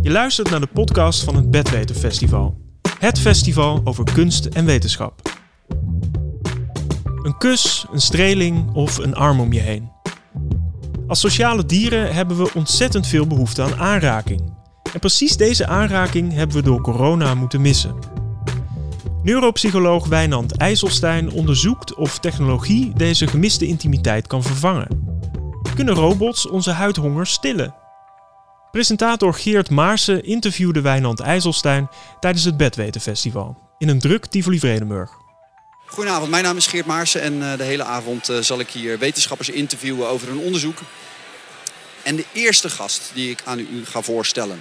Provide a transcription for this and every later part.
Je luistert naar de podcast van het Bedweten Festival. Het festival over kunst en wetenschap. Een kus, een streeling of een arm om je heen. Als sociale dieren hebben we ontzettend veel behoefte aan aanraking. En precies deze aanraking hebben we door corona moeten missen. Neuropsycholoog Wijnand IJsselstein onderzoekt of technologie deze gemiste intimiteit kan vervangen. Kunnen robots onze huidhonger stillen? Presentator Geert Maarsen interviewde Wijnand IJsselstein tijdens het Bedweten Festival in een druk Tivoli-Vredenburg. Goedenavond, mijn naam is Geert Maarsen en de hele avond zal ik hier wetenschappers interviewen over een onderzoek. En de eerste gast die ik aan u ga voorstellen.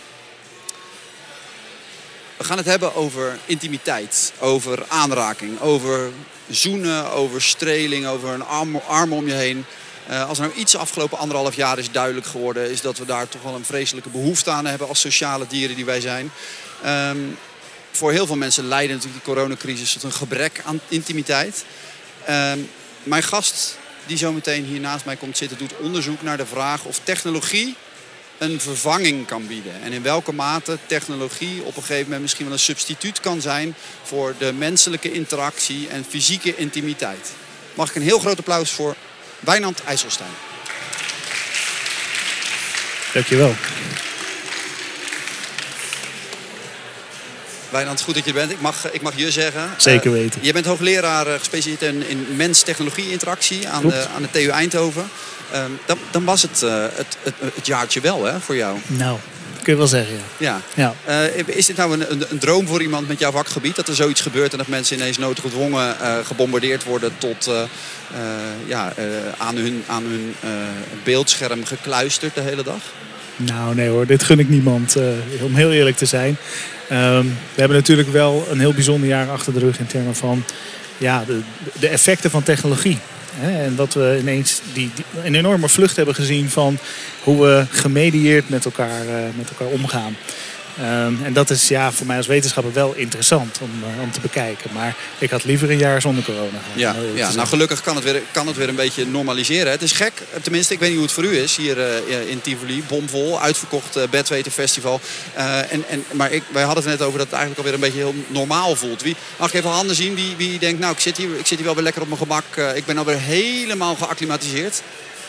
We gaan het hebben over intimiteit, over aanraking, over zoenen, over streling, over een arm om je heen. Als er nou iets afgelopen 1,5 jaar is duidelijk geworden, is dat we daar toch wel een vreselijke behoefte aan hebben als sociale dieren die wij zijn. Voor heel veel mensen leidde natuurlijk die coronacrisis tot een gebrek aan intimiteit. Mijn gast die zo meteen hier naast mij komt zitten doet onderzoek naar de vraag of technologie een vervanging kan bieden. En in welke mate technologie op een gegeven moment misschien wel een substituut kan zijn voor de menselijke interactie en fysieke intimiteit. Mag ik een heel groot applaus voor Wijnand IJsselstein. Dankjewel. Wijnand, goed dat je er bent. Ik mag je zeggen. Zeker weten. Je bent hoogleraar gespecialiseerd in mens-technologie-interactie aan de TU Eindhoven. Dan was het jaartje wel, hè, voor jou? Nou, kun je wel zeggen, ja. Is dit nou een droom voor iemand met jouw vakgebied? Dat er zoiets gebeurt en dat mensen ineens noodgedwongen gebombardeerd worden tot aan hun beeldscherm gekluisterd de hele dag? Nou, nee hoor, dit gun ik niemand, om heel eerlijk te zijn. We hebben natuurlijk wel een heel bijzonder jaar achter de rug in termen van de effecten van technologie. En dat we ineens een enorme vlucht hebben gezien van hoe we gemedieerd met elkaar omgaan. En dat is voor mij als wetenschapper wel interessant om te bekijken. Maar ik had liever een jaar zonder corona gehad. Nou gelukkig kan het weer een beetje normaliseren. Het is gek, tenminste ik weet niet hoe het voor u is hier in Tivoli. Bomvol, uitverkocht Bedweten Festival. Wij hadden het net over dat het eigenlijk alweer een beetje heel normaal voelt. Mag ik even handen zien? Wie denkt, nou ik zit hier wel weer lekker op mijn gemak. Ik ben alweer helemaal geacclimatiseerd.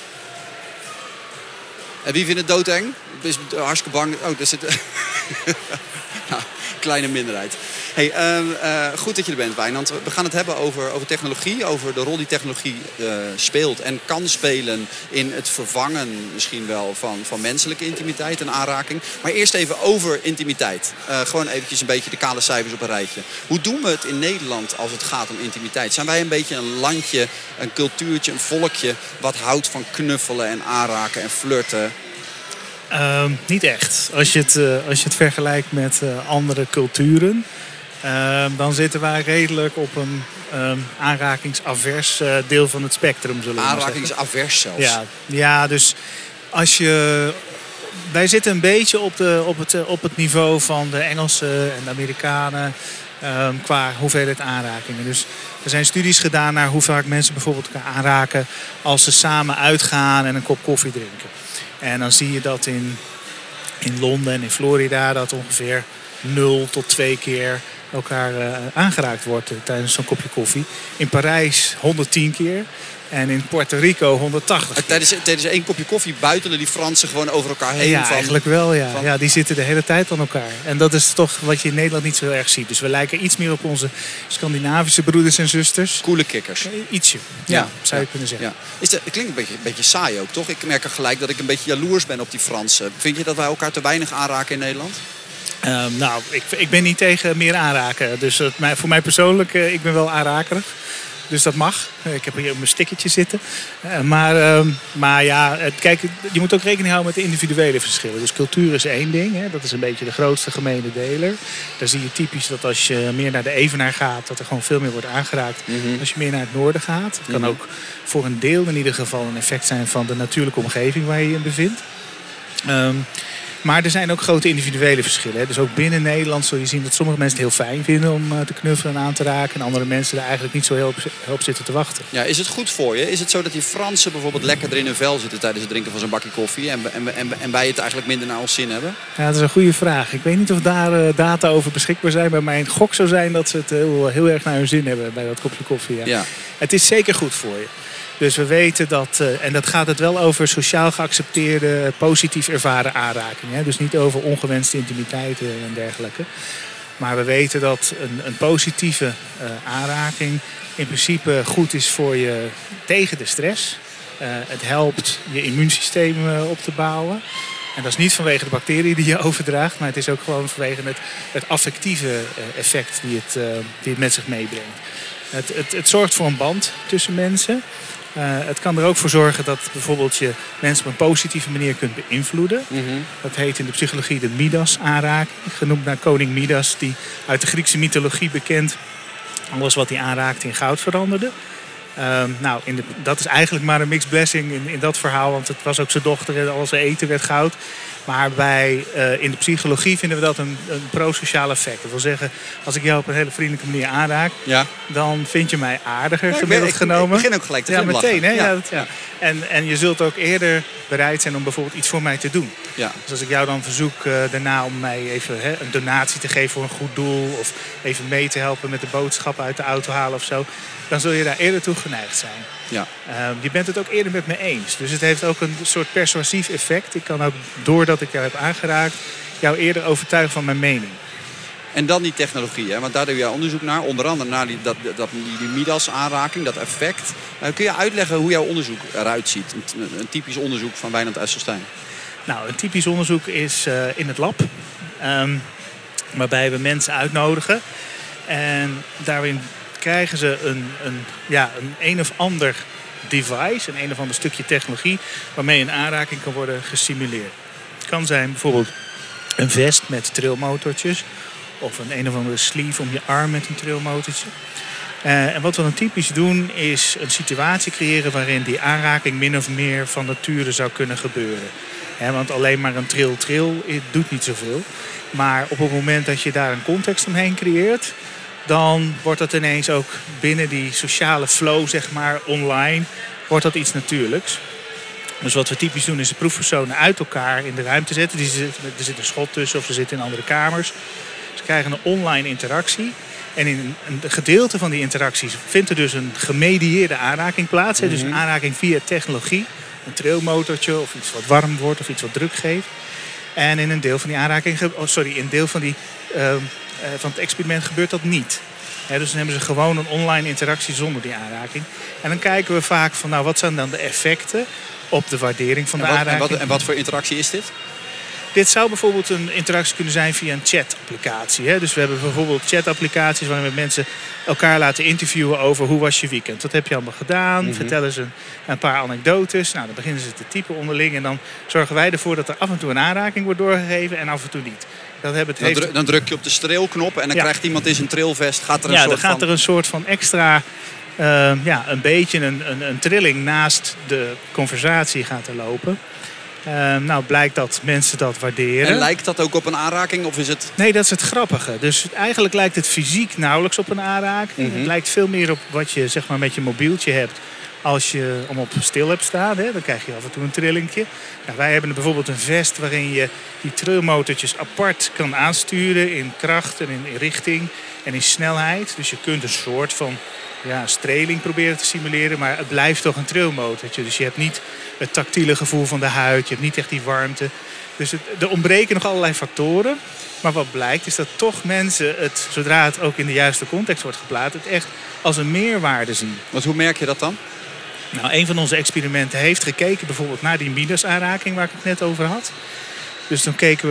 En wie vindt het doodeng? Is hartstikke bang. Oh, daar zit... nou, kleine minderheid. Hey, goed dat je er bent, Wijnand. We gaan het hebben over technologie. Over de rol die technologie speelt en kan spelen in het vervangen misschien wel van menselijke intimiteit en aanraking. Maar eerst even over intimiteit. Gewoon eventjes een beetje de kale cijfers op een rijtje. Hoe doen we het in Nederland als het gaat om intimiteit? Zijn wij een beetje een landje, een cultuurtje, een volkje wat houdt van knuffelen en aanraken en flirten? Niet echt. Als je het vergelijkt met andere culturen, dan zitten wij redelijk op een aanrakingsavers deel van het spectrum, zullen we maar zeggen. Aanrakingsavers zelfs? Ja, dus wij zitten een beetje op het niveau van de Engelsen en de Amerikanen qua hoeveelheid aanrakingen. Dus er zijn studies gedaan naar hoe vaak mensen bijvoorbeeld elkaar aanraken als ze samen uitgaan en een kop koffie drinken. En dan zie je dat in Londen en in Florida dat ongeveer 0 tot 2 keer elkaar aangeraakt wordt tijdens zo'n kopje koffie. In Parijs 110 keer en in Puerto Rico 180 keer. Tijdens 1 kopje koffie buitelen die Fransen gewoon over elkaar heen? Ja, eigenlijk wel. Ja, die zitten de hele tijd aan elkaar. En dat is toch wat je in Nederland niet zo heel erg ziet. Dus we lijken iets meer op onze Scandinavische broeders en zusters. Coole kikkers. Ietsje, zou je kunnen zeggen. Ja. Het klinkt een beetje saai ook, toch? Ik merk er gelijk dat ik een beetje jaloers ben op die Fransen. Vind je dat wij elkaar te weinig aanraken in Nederland? Ik ben niet tegen meer aanraken. Dus voor mij persoonlijk, ik ben wel aanrakerig. Dus dat mag. Ik heb hier op mijn stickertje zitten. Kijk, je moet ook rekening houden met de individuele verschillen. Dus cultuur is één ding. Hè. Dat is een beetje de grootste gemene deler. Daar zie je typisch dat als je meer naar de Evenaar gaat, dat er gewoon veel meer wordt aangeraakt. Mm-hmm. Als je meer naar het noorden gaat. Het kan ook voor een deel in ieder geval een effect zijn van de natuurlijke omgeving waar je je in bevindt. Maar er zijn ook grote individuele verschillen. Hè. Dus ook binnen Nederland zul je zien dat sommige mensen het heel fijn vinden om te knuffelen en aan te raken. En andere mensen er eigenlijk niet zo heel op zitten te wachten. Ja, is het goed voor je? Is het zo dat die Fransen bijvoorbeeld lekkerder in hun vel zitten tijdens het drinken van zo'n bakje koffie en wij het eigenlijk minder naar ons zin hebben? Ja, dat is een goede vraag. Ik weet niet of daar data over beschikbaar zijn. Maar mijn gok zou zijn dat ze het heel erg naar hun zin hebben bij dat kopje koffie. Ja. Ja. Het is zeker goed voor je. Dus we weten dat, en dat gaat het wel over sociaal geaccepteerde, positief ervaren aanrakingen. Dus niet over ongewenste intimiteit en dergelijke. Maar we weten dat een positieve aanraking in principe goed is voor je tegen de stress. Het helpt je immuunsysteem op te bouwen. En dat is niet vanwege de bacteriën die je overdraagt, maar het is ook gewoon vanwege het affectieve effect die het met zich meebrengt. Het zorgt voor een band tussen mensen. Het kan er ook voor zorgen dat bijvoorbeeld je mensen op een positieve manier kunt beïnvloeden. Mm-hmm. Dat heet in de psychologie de Midas-aanraking. Genoemd naar koning Midas, die uit de Griekse mythologie bekend alles wat hij aanraakte in goud veranderde. Dat is eigenlijk maar een mixed blessing in dat verhaal. Want het was ook zijn dochter en al zijn eten werd goud. Maar in de psychologie vinden we dat een pro-sociaal effect. Dat wil zeggen, als ik jou op een hele vriendelijke manier aanraak, dan vind je mij aardiger gemiddeld genomen. Ik begin ook gelijk te glimlachen. Meteen, hè? Ja. En je zult ook eerder bereid zijn om bijvoorbeeld iets voor mij te doen. Ja. Dus als ik jou dan verzoek daarna om mij even een donatie te geven voor een goed doel, of even mee te helpen met de boodschappen uit de auto halen of zo, dan zul je daar eerder toe geneigd zijn. Ja. Je bent het ook eerder met me eens. Dus het heeft ook een soort persuasief effect. Ik kan ook, doordat ik jou heb aangeraakt, jou eerder overtuigen van mijn mening. En dan die technologie, hè? Want daar doe je onderzoek naar. Onder andere naar die Midas-aanraking, dat effect. Kun je uitleggen hoe jouw onderzoek eruit ziet? Een typisch onderzoek van Wijnand IJsselstein. Nou, een typisch onderzoek is in het lab. Waarbij we mensen uitnodigen. En daarin krijgen ze een of ander device, een of ander stukje technologie, waarmee een aanraking kan worden gesimuleerd. Het kan zijn bijvoorbeeld een vest met trilmotortjes, of een of andere sleeve om je arm met een trilmotortje. En wat we dan typisch doen is een situatie creëren waarin die aanraking min of meer van nature zou kunnen gebeuren. Want alleen maar een tril doet niet zoveel. Maar op het moment dat je daar een context omheen creëert, dan wordt dat ineens ook binnen die sociale flow, zeg maar, online, wordt dat iets natuurlijks. Dus wat we typisch doen is de proefpersonen uit elkaar in de ruimte zetten. Er zit een schot tussen of ze zitten in andere kamers. Ze krijgen een online interactie. En in een gedeelte van die interacties vindt er dus een gemedieerde aanraking plaats. Mm-hmm. Dus een aanraking via technologie. Een trilmotortje of iets wat warm wordt of iets wat druk geeft. En in een deel van die aanraking, van het experiment gebeurt dat niet. Dus dan hebben ze gewoon een online interactie zonder die aanraking. En dan kijken we vaak van, wat zijn dan de effecten op de waardering van de aanraking. En wat voor interactie is dit? Dit zou bijvoorbeeld een interactie kunnen zijn via een chat-applicatie. Dus we hebben bijvoorbeeld chat-applicaties waarin we mensen elkaar laten interviewen over hoe was je weekend. Wat heb je allemaal gedaan? Mm-hmm. Vertellen ze een paar anekdotes. Nou, dan beginnen ze te typen onderling. En dan zorgen wij ervoor dat er af en toe een aanraking wordt doorgegeven en af en toe niet. Dan druk je op de streelknop en dan krijgt iemand in zijn trilvest. Dan gaat er een soort van extra, een beetje een trilling naast de conversatie gaat er lopen. Blijkt dat mensen dat waarderen. En lijkt dat ook op een aanraking of is het? Nee, dat is het grappige. Dus eigenlijk lijkt het fysiek nauwelijks op een aanraking. Mm-hmm. Het lijkt veel meer op wat je zeg maar met je mobieltje hebt. Als je hem op stil hebt staan, dan krijg je af en toe een trillingje. Nou, wij hebben bijvoorbeeld een vest waarin je die trilmotortjes apart kan aansturen in kracht en in richting en in snelheid. Dus je kunt een soort van streling proberen te simuleren, maar het blijft toch een trilmotortje. Dus je hebt niet het tactiele gevoel van de huid, je hebt niet echt die warmte. Dus er ontbreken nog allerlei factoren. Maar wat blijkt is dat toch mensen het, zodra het ook in de juiste context wordt geplaatst, het echt als een meerwaarde zien. Want hoe merk je dat dan? Nou, een van onze experimenten heeft gekeken bijvoorbeeld naar die Midas-aanraking waar ik het net over had. Dus dan keken we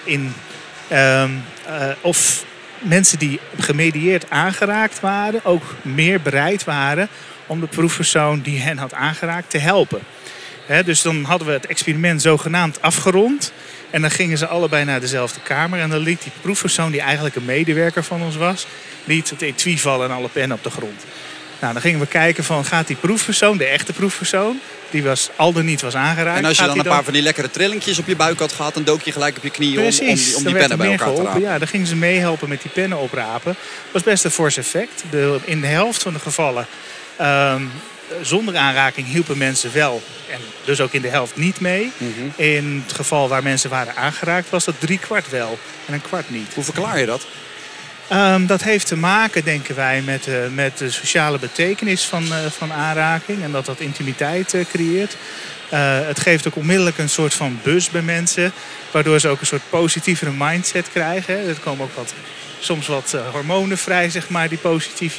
of mensen die gemedieerd aangeraakt waren ook meer bereid waren om de proefpersoon die hen had aangeraakt te helpen. Dus dan hadden we het experiment zogenaamd afgerond. En dan gingen ze allebei naar dezelfde kamer. En dan liet die proefpersoon, die eigenlijk een medewerker van ons was, liet het etui vallen en alle pennen op de grond. Nou, dan gingen we kijken van, gaat die proefpersoon, de echte proefpersoon, die al dan niet was aangeraakt. En als je dan een paar van die lekkere trillingjes op je buik had gehad, dan dook je gelijk op je knieën om die pennen bij elkaar te rapen. Ja, dan gingen ze meehelpen met die pennen oprapen. Dat was best een fors effect. In de helft van de gevallen zonder aanraking hielpen mensen wel. En dus ook in de helft niet mee. Mm-hmm. In het geval waar mensen waren aangeraakt was dat 3/4 wel en 1/4 niet. Hoe verklaar je dat? Dat heeft te maken, denken wij, met de sociale betekenis van aanraking. En dat intimiteit creëert. Het geeft ook onmiddellijk een soort van buzz bij mensen. Waardoor ze ook een soort positievere mindset krijgen. Er komen ook soms wat hormonen vrij, zeg maar, die positief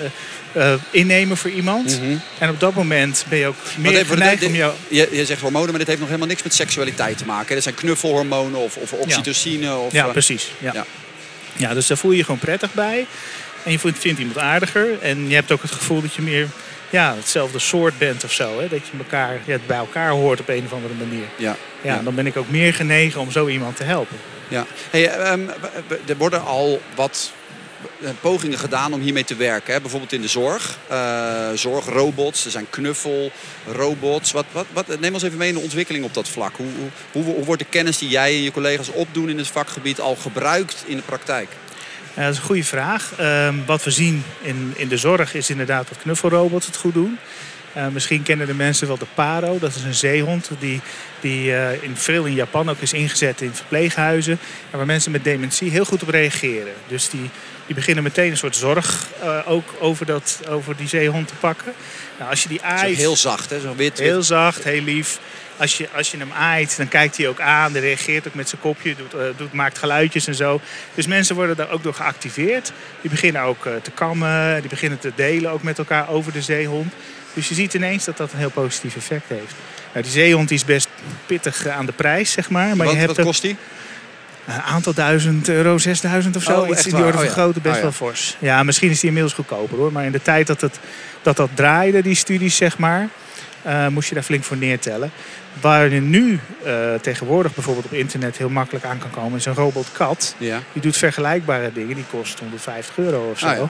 innemen voor iemand. Mm-hmm. En op dat moment ben je ook meer geneigd om jou... Je zegt hormonen, maar dit heeft nog helemaal niks met seksualiteit te maken. Er zijn knuffelhormonen of oxytocine. Ja, precies. Ja, dus daar voel je je gewoon prettig bij. En je vindt iemand aardiger. En je hebt ook het gevoel dat je meer hetzelfde soort bent of zo. Hè? Dat je bij elkaar hoort op een of andere manier. Ja, dan ben ik ook meer genegen om zo iemand te helpen. Ja. Hey, er worden al wat pogingen gedaan om hiermee te werken. Hè? Bijvoorbeeld in de zorg. Zorgrobots, er zijn knuffelrobots. Neem ons even mee in de ontwikkeling op dat vlak. Hoe wordt de kennis die jij en je collega's opdoen in het vakgebied al gebruikt in de praktijk? Ja, dat is een goede vraag. Wat we zien in de zorg is inderdaad dat knuffelrobots het goed doen. Misschien kennen de mensen wel de Paro. Dat is een zeehond die veel in Japan ook is ingezet in verpleeghuizen. En waar mensen met dementie heel goed op reageren. Dus die beginnen meteen een soort zorg ook over die zeehond te pakken. Nou, als je die aait, heel zacht, hè? Zo wit. Heel zacht, heel lief. Als je hem aait, dan kijkt hij ook aan. Die reageert ook met zijn kopje, maakt geluidjes en zo. Dus mensen worden daar ook door geactiveerd. Die beginnen ook te kammen. Die beginnen te delen ook met elkaar over de zeehond. Dus je ziet ineens dat een heel positief effect heeft. Nou, die zeehond is best pittig aan de prijs, zeg maar. Wat kost die? Een aantal €1.000, 6.000 of zo. Iets in die orde van grootte, best wel fors. Ja, misschien is die inmiddels goedkoper hoor. Maar in de tijd dat draaide, die studies, zeg maar, moest je daar flink voor neertellen. Waar je nu tegenwoordig bijvoorbeeld op internet heel makkelijk aan kan komen, is een robotkat. Ja. Die doet vergelijkbare dingen. Die kost €150 of zo.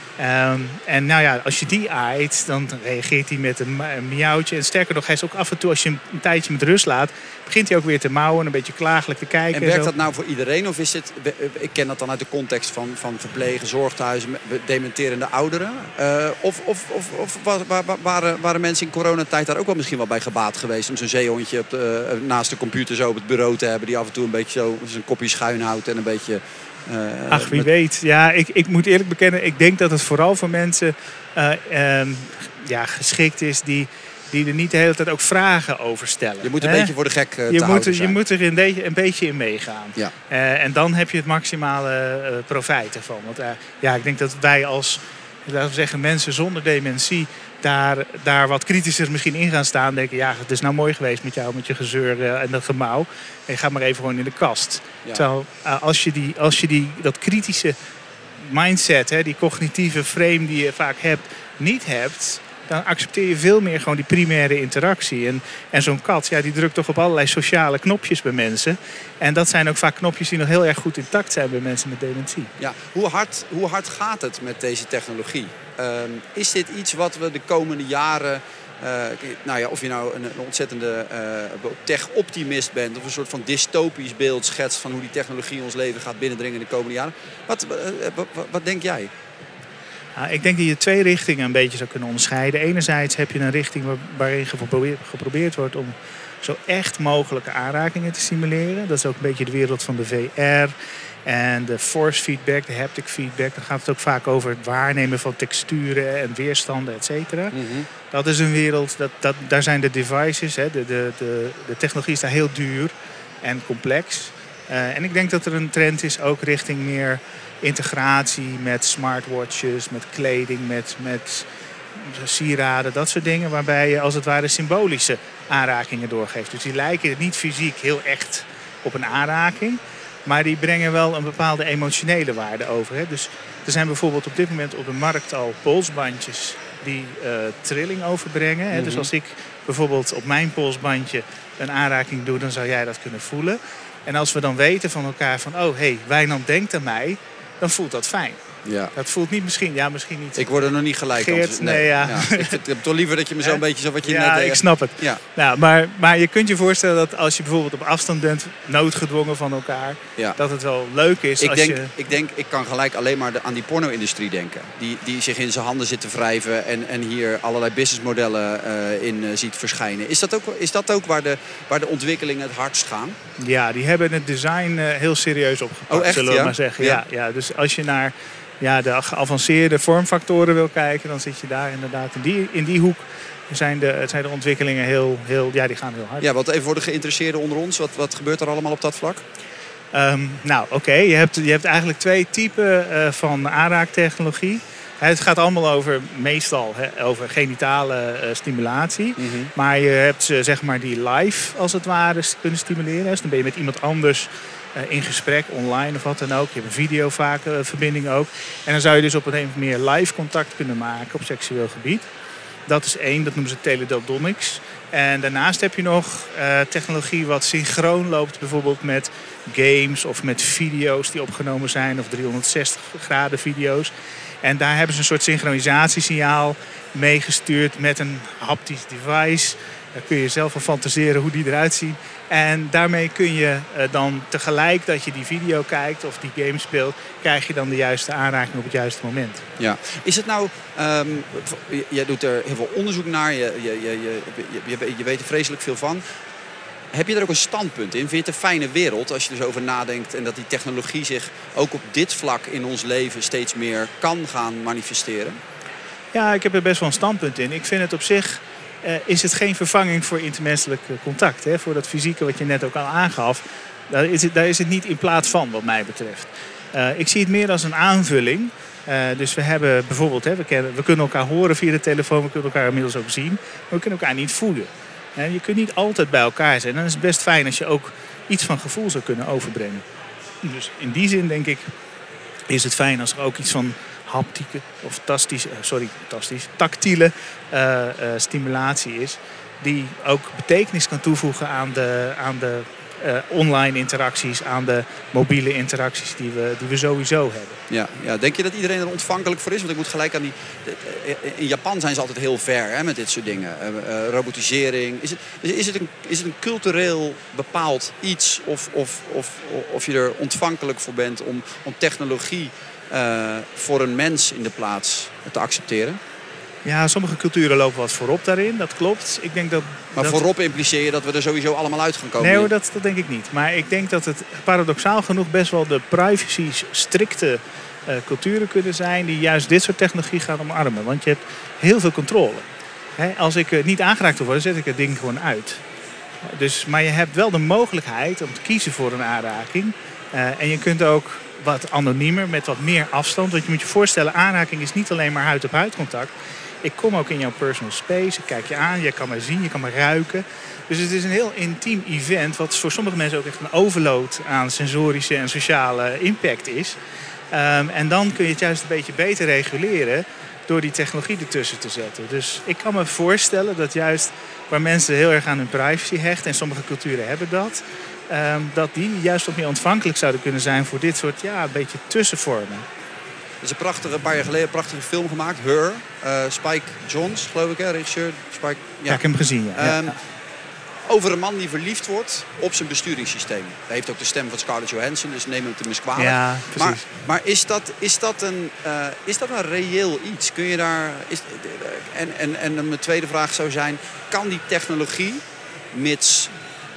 En nou ja, als je die aait, dan reageert hij met een miauwtje. En sterker nog, hij is ook af en toe, als je hem een tijdje met rust laat, begint hij ook weer te mouwen, een beetje klagelijk te kijken. En werkt dat nou voor iedereen? Of is het, ik ken dat dan uit de context van verplegen, zorgthuizen, dementerende ouderen. Of waren mensen in coronatijd daar ook wel misschien wel bij gebaat geweest om zo'n zeehondje naast de computer zo op het bureau te hebben, die af en toe een beetje zo zijn kopje schuin houdt en een beetje... wie weet. Ja, ik moet eerlijk bekennen, ik denk dat het vooral voor mensen geschikt is die er niet de hele tijd ook vragen over stellen. Je moet een beetje voor de gek te houden zijn. Je moet er een beetje in meegaan. Ja. En dan heb je het maximale profijt ervan. Want ik denk dat wij als, laten we zeggen, mensen zonder dementie daar wat kritischer misschien in gaan staan. Denken, ja, het is nou mooi geweest met jou, met je gezeur en dat gemauw. En je gaat maar even gewoon in de kast. Ja. Terwijl als je dat kritische mindset, die cognitieve frame die je vaak hebt, niet hebt, dan accepteer je veel meer gewoon die primaire interactie. En zo'n kat, die drukt toch op allerlei sociale knopjes bij mensen. En dat zijn ook vaak knopjes die nog heel erg goed intact zijn bij mensen met dementie. Ja, hoe hard gaat het met deze technologie? Is dit iets wat we de komende jaren... of je nou een ontzettende tech-optimist bent of een soort van dystopisch beeld schetst van hoe die technologie ons leven gaat binnendringen in de komende jaren. Wat denk jij? Ik denk dat je 2 richtingen een beetje zou kunnen onderscheiden. Enerzijds heb je een richting waarin geprobeerd wordt om zo echt mogelijke aanrakingen te simuleren. Dat is ook een beetje de wereld van de VR en de force feedback, de haptic feedback. Dan gaat het ook vaak over het waarnemen van texturen en weerstanden, et cetera. Mm-hmm. Dat is een wereld, daar zijn de devices, de technologie is daar heel duur en complex. En ik denk dat er een trend is ook richting meer integratie met smartwatches, met kleding, met sieraden, dat soort dingen. Waarbij je als het ware symbolische aanrakingen doorgeeft. Dus die lijken niet fysiek heel echt op een aanraking. Maar die brengen wel een bepaalde emotionele waarde over. Hè. Dus er zijn bijvoorbeeld op dit moment op de markt al polsbandjes die trilling overbrengen. Hè. Mm-hmm. Dus als ik bijvoorbeeld op mijn polsbandje een aanraking doe, dan zou jij dat kunnen voelen. En als we dan weten van elkaar van, Wijnand denkt aan mij, dan voelt dat fijn. Ja. Dat voelt niet misschien niet. Ik word er nog niet gelijk Geert, aan. nee, ja. Ik vind het toch liever dat je me zo'n beetje zo wat je ja, net... ik snap het. Ja. Nou, maar je kunt je voorstellen dat als je bijvoorbeeld op afstand bent, noodgedwongen van elkaar, dat het wel leuk is Ik kan gelijk alleen maar aan die porno-industrie denken. Die zich in zijn handen zit te wrijven en hier allerlei businessmodellen in ziet verschijnen. Is dat ook waar de ontwikkelingen het hardst gaan? Ja, die hebben het design heel serieus opgepakt, zullen we maar zeggen. Ja, dus als je naar de geavanceerde vormfactoren wil kijken, dan zit je daar inderdaad in die hoek. Zijn de ontwikkelingen die gaan heel hard. Ja, wat even voor de geïnteresseerden onder ons, wat gebeurt er allemaal op dat vlak? Je hebt eigenlijk 2 typen van aanraaktechnologie. Het gaat allemaal over genitale stimulatie. Mm-hmm. Maar je hebt zeg maar die live als het ware kunnen stimuleren. Dus dan ben je met iemand anders in gesprek, online of wat dan ook. Je hebt een video vaak, verbinding ook. En dan zou je dus op een gegeven moment meer live contact kunnen maken op seksueel gebied. Dat is 1, dat noemen ze teledildonics. En daarnaast heb je nog technologie wat synchroon loopt, bijvoorbeeld met games of met video's die opgenomen zijn, of 360 graden video's. En daar hebben ze een soort synchronisatiesignaal meegestuurd met een haptisch device. Daar kun je zelf van fantaseren hoe die eruit zien. En daarmee kun je dan tegelijk dat je die video kijkt of die game speelt, krijg je dan de juiste aanraking op het juiste moment. Ja. Is het nou, jij doet er heel veel onderzoek naar, je weet er vreselijk veel van. Heb je er ook een standpunt in? Vind je het een fijne wereld als je er zo over nadenkt en dat die technologie zich ook op dit vlak in ons leven steeds meer kan gaan manifesteren? Ja, ik heb er best wel een standpunt in. Ik vind het op zich is het geen vervanging voor intermenselijk contact. Hè? Voor dat fysieke wat je net ook al aangaf. Daar is het niet in plaats van wat mij betreft. Ik zie het meer als een aanvulling. Dus we hebben bijvoorbeeld, we kunnen elkaar horen via de telefoon. We kunnen elkaar inmiddels ook zien. Maar we kunnen elkaar niet voelen. Je kunt niet altijd bij elkaar zijn. Dan is het best fijn als je ook iets van gevoel zou kunnen overbrengen. Dus in die zin denk ik is het fijn als er ook iets van haptieke of tactiele stimulatie is. Die ook betekenis kan toevoegen aan de online interacties, aan de mobiele interacties die we sowieso hebben. Ja, denk je dat iedereen er ontvankelijk voor is? Want ik moet gelijk aan in Japan zijn ze altijd heel ver met dit soort dingen. Robotisering. Is het een cultureel bepaald iets of je er ontvankelijk voor bent om technologie voor een mens in de plaats te accepteren? Ja, sommige culturen lopen wat voorop daarin, dat klopt. Ik denk maar voorop impliceer je dat we er sowieso allemaal uit gaan komen? Nee hoor, dat denk ik niet. Maar ik denk dat het paradoxaal genoeg best wel de privacy-strikte culturen kunnen zijn die juist dit soort technologie gaan omarmen. Want je hebt heel veel controle. Als ik niet aangeraakt wil worden, zet ik het ding gewoon uit. Maar je hebt wel de mogelijkheid om te kiezen voor een aanraking. En je kunt ook wat anoniemer, met wat meer afstand. Want je moet je voorstellen, aanraking is niet alleen maar huid-op-huid contact. Ik kom ook in jouw personal space, ik kijk je aan, je kan me zien, je kan me ruiken. Dus het is een heel intiem event, wat voor sommige mensen ook echt een overload aan sensorische en sociale impact is. En dan kun je het juist een beetje beter reguleren door die technologie ertussen te zetten. Dus ik kan me voorstellen dat juist waar mensen heel erg aan hun privacy hechten, en sommige culturen hebben dat die juist wat meer ontvankelijk zouden kunnen zijn voor dit soort een beetje tussenvormen. Er is een paar jaar geleden een prachtige film gemaakt, Her. Spike Jonze, geloof ik, regisseur. Spike, ja, ik heb hem gezien. Ja. Over een man die verliefd wordt op zijn besturingssysteem. Hij heeft ook de stem van Scarlett Johansson, dus neem hem te miskwalijk. Ja, precies. Maar is dat een reëel iets? Kun je daar... En mijn tweede vraag zou zijn, kan die technologie, mits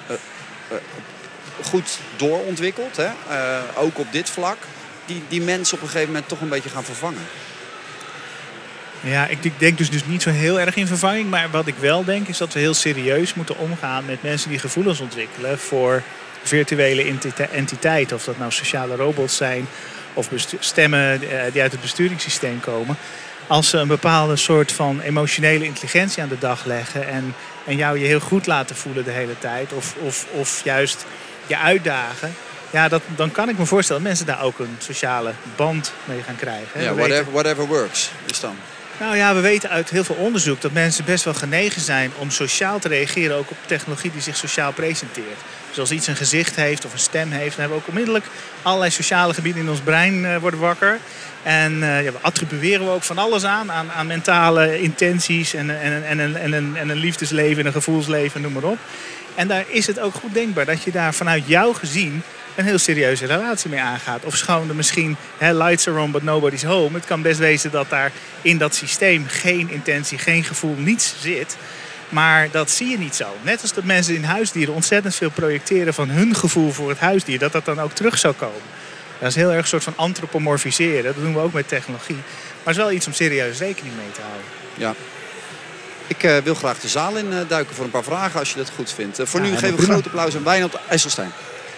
goed doorontwikkeld, ook op dit vlak, die mensen op een gegeven moment toch een beetje gaan vervangen? Ja, ik denk dus niet zo heel erg in vervanging. Maar wat ik wel denk is dat we heel serieus moeten omgaan met mensen die gevoelens ontwikkelen voor virtuele entiteiten. Of dat nou sociale robots zijn of stemmen die uit het besturingssysteem komen. Als ze een bepaalde soort van emotionele intelligentie aan de dag leggen en jou je heel goed laten voelen de hele tijd. Of juist je uitdagen. Ja, dan kan ik me voorstellen dat mensen daar ook een sociale band mee gaan krijgen. Ja, whatever works is dan. Nou ja, we weten uit heel veel onderzoek dat mensen best wel genegen zijn om sociaal te reageren, ook op technologie die zich sociaal presenteert. Dus als iets een gezicht heeft of een stem heeft, dan hebben we ook onmiddellijk allerlei sociale gebieden in ons brein worden wakker. En we attribueren we ook van alles aan mentale intenties en een liefdesleven en een gevoelsleven, noem maar op. En daar is het ook goed denkbaar dat je daar vanuit jou gezien een heel serieuze relatie mee aangaat. Of schoon er misschien lights are on but nobody's home. Het kan best wezen dat daar in dat systeem geen intentie, geen gevoel, niets zit. Maar dat zie je niet zo. Net als dat mensen in huisdieren ontzettend veel projecteren van hun gevoel voor het huisdier, dat dan ook terug zou komen. Dat is heel erg een soort van antropomorfiseren. Dat doen we ook met technologie. Maar het is wel iets om serieus rekening mee te houden. Ja. Ik wil graag de zaal in duiken voor een paar vragen als je dat goed vindt. Voor nu geven we een groot applaus aan Wijnand IJsselstein.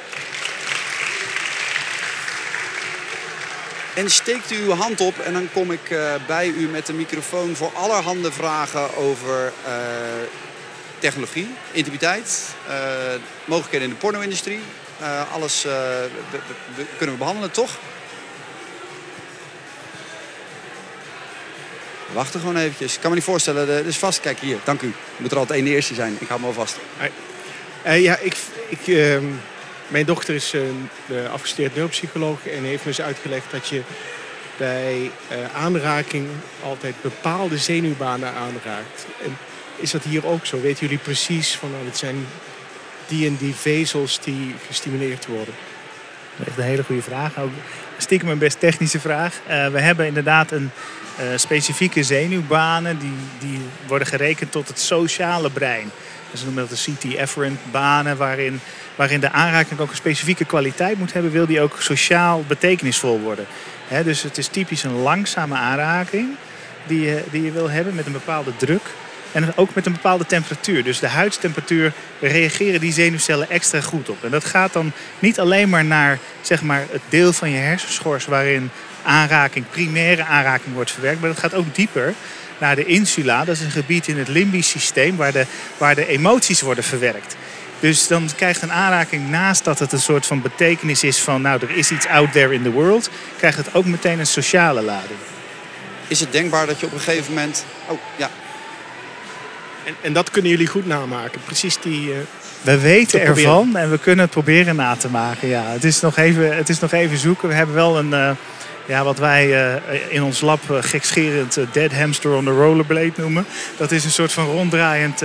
En steekt u uw hand op en dan kom ik bij u met de microfoon voor allerhande vragen over technologie, intimiteit, mogelijkheden in de porno-industrie. Alles kunnen we behandelen, toch? We wachten gewoon eventjes. Ik kan me niet voorstellen, dit is vast. Kijk hier, dank u. Je moet er altijd één de eerste zijn. Ik hou me al vast. Mijn dochter is afgestudeerd neuropsycholoog en heeft me eens uitgelegd dat je bij aanraking altijd bepaalde zenuwbanen aanraakt. En is dat hier ook zo? Weten jullie precies van het zijn die en die vezels die gestimuleerd worden? Dat is echt een hele goede vraag. Ook stiekem een best technische vraag. We hebben inderdaad een specifieke zenuwbanen die worden gerekend tot het sociale brein. Dus we noemen dat de CT efferent banen waarin de aanraking ook een specifieke kwaliteit moet hebben, wil die ook sociaal betekenisvol worden. Dus het is typisch een langzame aanraking die je wil hebben met een bepaalde druk. En ook met een bepaalde temperatuur. Dus de huidstemperatuur reageren die zenuwcellen extra goed op. En dat gaat dan niet alleen maar naar zeg maar, het deel van je hersenschors waarin primaire aanraking wordt verwerkt. Maar dat gaat ook dieper naar de insula. Dat is een gebied in het limbisch systeem waar de emoties worden verwerkt. Dus dan krijgt een aanraking, naast dat het een soort van betekenis is van er is iets out there in the world, krijgt het ook meteen een sociale lading. Is het denkbaar dat je op een gegeven moment... Oh, ja. En dat kunnen jullie goed namaken, precies die... We weten ervan en we kunnen het proberen na te maken. Ja, het is nog even zoeken. We hebben wel een, wat wij in ons lab gekscherend dead hamster on the rollerblade noemen. Dat is een soort van ronddraaiend,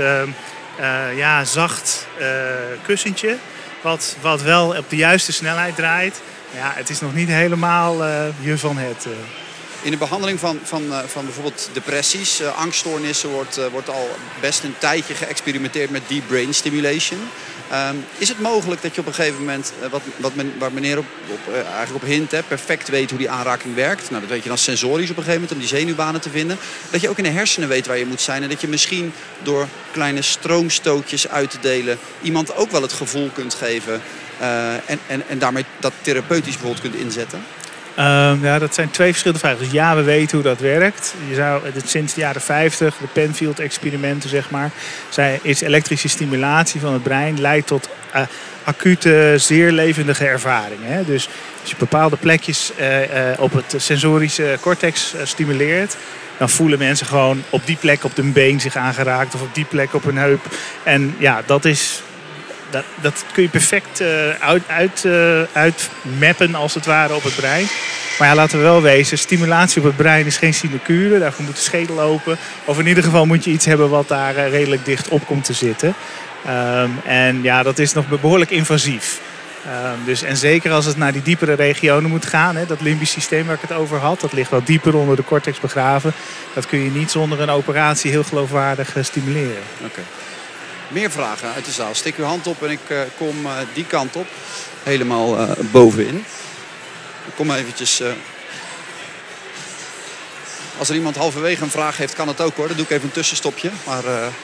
zacht kussentje. Wat wel op de juiste snelheid draait. Ja, het is nog niet helemaal je van het... In de behandeling van bijvoorbeeld depressies, angststoornissen wordt al best een tijdje geëxperimenteerd met deep brain stimulation. Is het mogelijk dat je op een gegeven moment, waar meneer eigenlijk op hint, perfect weet hoe die aanraking werkt. Nou, dat weet je dan sensorisch op een gegeven moment om die zenuwbanen te vinden. Dat je ook in de hersenen weet waar je moet zijn en dat je misschien door kleine stroomstootjes uit te delen iemand ook wel het gevoel kunt geven en daarmee dat therapeutisch bijvoorbeeld kunt inzetten. Dat zijn twee verschillende vragen. Dus ja, we weten hoe dat werkt. Sinds de jaren 50, de Penfield-experimenten, zeg maar, is elektrische stimulatie van het brein leidt tot acute, zeer levendige ervaringen. Hè? Dus als je bepaalde plekjes op het sensorische cortex stimuleert, dan voelen mensen gewoon op die plek op hun been zich aangeraakt of op die plek op hun heup. En ja, dat kun je perfect uitmappen als het ware op het brein. Maar ja, laten we wel wezen, stimulatie op het brein is geen sinecure. Daarvoor moet de schedel open. Of in ieder geval moet je iets hebben wat daar redelijk dicht op komt te zitten. En ja, dat is nog behoorlijk invasief. En zeker als het naar die diepere regionen moet gaan. Dat limbisch systeem waar ik het over had, dat ligt wel dieper onder de cortex begraven. Dat kun je niet zonder een operatie heel geloofwaardig stimuleren. Okay. Meer vragen uit de zaal. Steek uw hand op en ik kom die kant op. Helemaal bovenin. Ik kom eventjes... Als er iemand halverwege een vraag heeft, kan het ook hoor. Dan doe ik even een tussenstopje. Maar...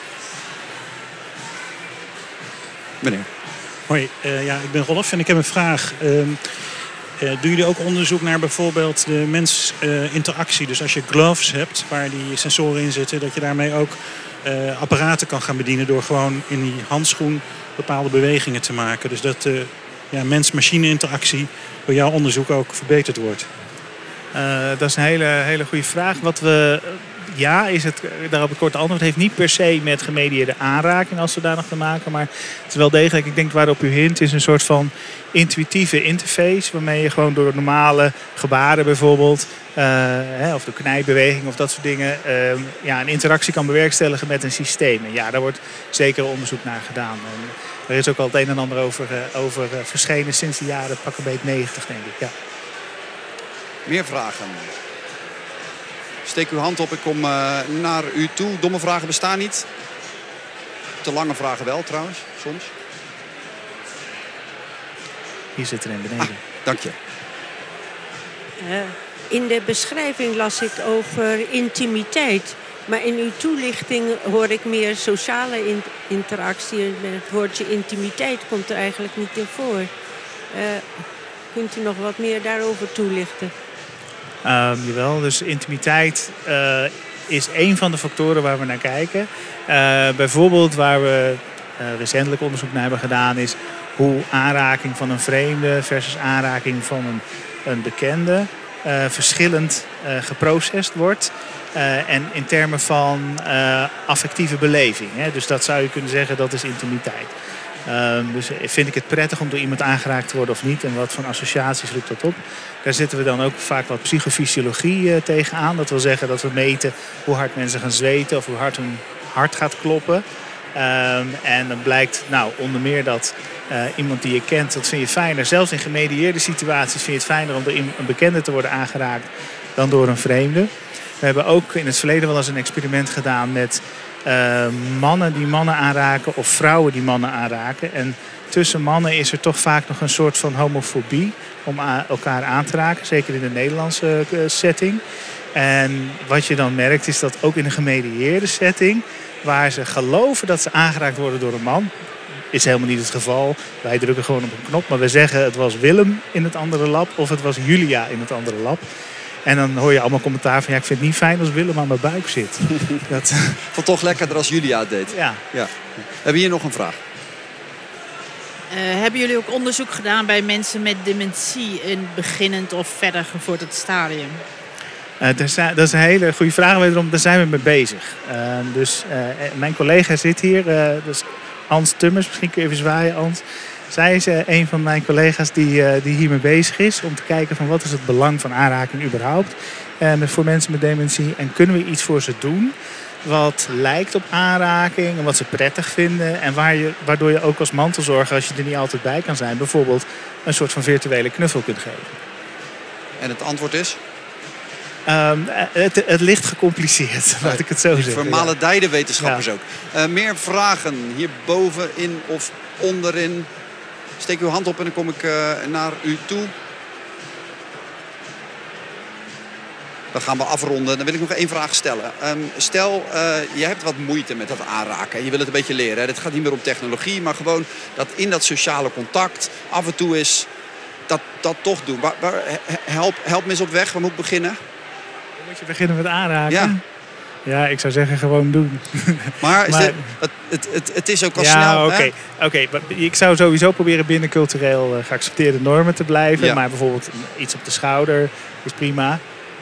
Meneer. Hoi, ik ben Rolf en ik heb een vraag. Doen jullie ook onderzoek naar bijvoorbeeld de mens-interactie? Dus als je gloves hebt waar die sensoren in zitten, dat je daarmee ook apparaten kan gaan bedienen door gewoon in die handschoen bepaalde bewegingen te maken. Dus dat de mens-machine interactie door jouw onderzoek ook verbeterd wordt. Dat is een hele goede vraag. Wat we ja, is het daarop een korte antwoord. Het heeft niet per se met gemedieerde aanraking als zodanig te maken. Maar het is wel degelijk, ik denk waarop u hint, is een soort van intuïtieve interface. Waarmee je gewoon door normale gebaren bijvoorbeeld, of de knijbeweging of dat soort dingen, een interactie kan bewerkstelligen met een systeem. En ja, daar wordt zeker onderzoek naar gedaan. En er is ook al het een en ander over verschenen sinds de jaren pakkenbeet 90, denk ik. Ja. Meer vragen? Steek uw hand op, ik kom naar u toe. Domme vragen bestaan niet. Te lange vragen wel trouwens, soms. Hier zit er een beneden. Dank je. In de beschrijving las ik over intimiteit. Maar in uw toelichting hoor ik meer sociale interactie. Het woordje intimiteit komt er eigenlijk niet in voor. Kunt u nog wat meer daarover toelichten? Jawel, dus intimiteit is één van de factoren waar we naar kijken. Bijvoorbeeld waar we recentelijk onderzoek naar hebben gedaan is hoe aanraking van een vreemde versus aanraking van een bekende verschillend geprocessed wordt. En in termen van affectieve beleving. Hè? Dus dat zou je kunnen zeggen, dat is intimiteit. Dus vind ik het prettig om door iemand aangeraakt te worden of niet? En wat voor associaties roept dat op? Daar zitten we dan ook vaak wat psychofysiologie tegenaan. Dat wil zeggen dat we meten hoe hard mensen gaan zweten of hoe hard hun hart gaat kloppen. En dan blijkt onder meer dat iemand die je kent, dat vind je fijner. Zelfs in gemedieerde situaties vind je het fijner om door een bekende te worden aangeraakt dan door een vreemde. We hebben ook in het verleden wel eens een experiment gedaan met mannen die mannen aanraken of vrouwen die mannen aanraken. En tussen mannen is er toch vaak nog een soort van homofobie om elkaar aan te raken. Zeker in de Nederlandse setting. En wat je dan merkt is dat ook in een gemedieerde setting, waar ze geloven dat ze aangeraakt worden door een man, is helemaal niet het geval. Wij drukken gewoon op een knop, maar we zeggen het was Willem in het andere lab of het was Julia in het andere lab. En dan hoor je allemaal commentaar van, ik vind het niet fijn als Willem aan mijn buik zit. Dat vond toch lekkerder als Julia het deed. Ja. We hebben hier nog een vraag. Hebben jullie ook onderzoek gedaan bij mensen met dementie in beginnend of verder gevorderd stadium? Dat is een hele goede vraag. Wederom, daar zijn we mee bezig. Mijn collega zit hier, dus Ans Tummers. Misschien kun je even zwaaien, Ans. Zij is een van mijn collega's die hiermee bezig is. Om te kijken van wat is het belang van aanraking überhaupt. Voor mensen met dementie. En kunnen we iets voor ze doen wat lijkt op aanraking. En wat ze prettig vinden. En waardoor je ook als mantelzorger, als je er niet altijd bij kan zijn, bijvoorbeeld een soort van virtuele knuffel kunt geven. En het antwoord is? Het ligt gecompliceerd, laat ik het zo zeggen. Vermaledijde wetenschappers ook. Meer vragen hierboven in of onderin. Steek uw hand op en dan kom ik naar u toe. Dan gaan we afronden. Dan wil ik nog één vraag stellen. Stel, je hebt wat moeite met dat aanraken. Je wil het een beetje leren. Dit gaat niet meer om technologie, maar gewoon dat in dat sociale contact af en toe is dat toch doen. Help me eens op weg. Waar moet ik beginnen? Moet je beginnen met aanraken? Ja. Ja, ik zou zeggen gewoon doen. Maar het is ook al snel. Oké. Ik zou sowieso proberen binnen cultureel geaccepteerde normen te blijven. Ja. Maar bijvoorbeeld iets op de schouder is prima.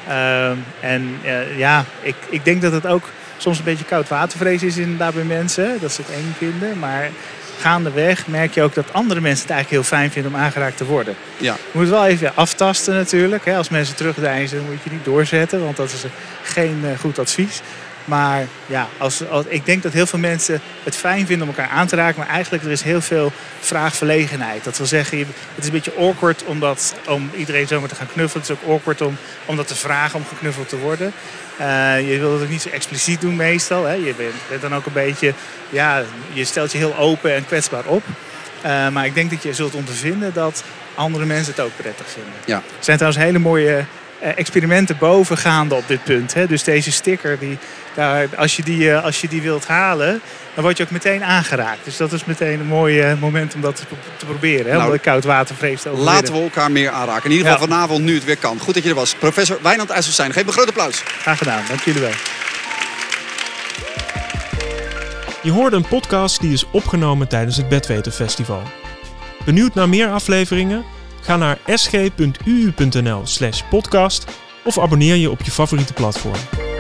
Ik denk dat het ook soms een beetje koudwatervrees is inderdaad bij mensen. Dat ze het eng vinden. Maar gaandeweg merk je ook dat andere mensen het eigenlijk heel fijn vinden om aangeraakt te worden. Ja. Je moet wel even aftasten natuurlijk. Als mensen terugdeinzen moet je niet doorzetten. Want dat is geen goed advies. Maar ja, ik denk dat heel veel mensen het fijn vinden om elkaar aan te raken. Maar eigenlijk er is heel veel vraagverlegenheid. Dat wil zeggen, het is een beetje awkward om iedereen zomaar te gaan knuffelen. Het is ook awkward om dat te vragen om geknuffeld te worden. Je wil het ook niet zo expliciet doen meestal. Hè. Je bent dan ook een beetje, je stelt je heel open en kwetsbaar op. Maar ik denk dat je zult ondervinden dat andere mensen het ook prettig vinden. Ja. Er zijn trouwens hele mooie experimenten bovengaande op dit punt. Hè. Dus deze sticker, als je die wilt halen, dan word je ook meteen aangeraakt. Dus dat is meteen een mooi moment om dat te proberen. Hè, om de koudwatervrees te overwinnen. Laten we elkaar meer aanraken. In ieder geval vanavond, nu het weer kan. Goed dat je er was. Professor Wijnand IJsselstein. Geef een groot applaus. Graag gedaan. Dank jullie wel. Je hoorde een podcast die is opgenomen tijdens het Bedweten Festival. Benieuwd naar meer afleveringen? Ga naar sg.uu.nl/podcast of abonneer je op je favoriete platform.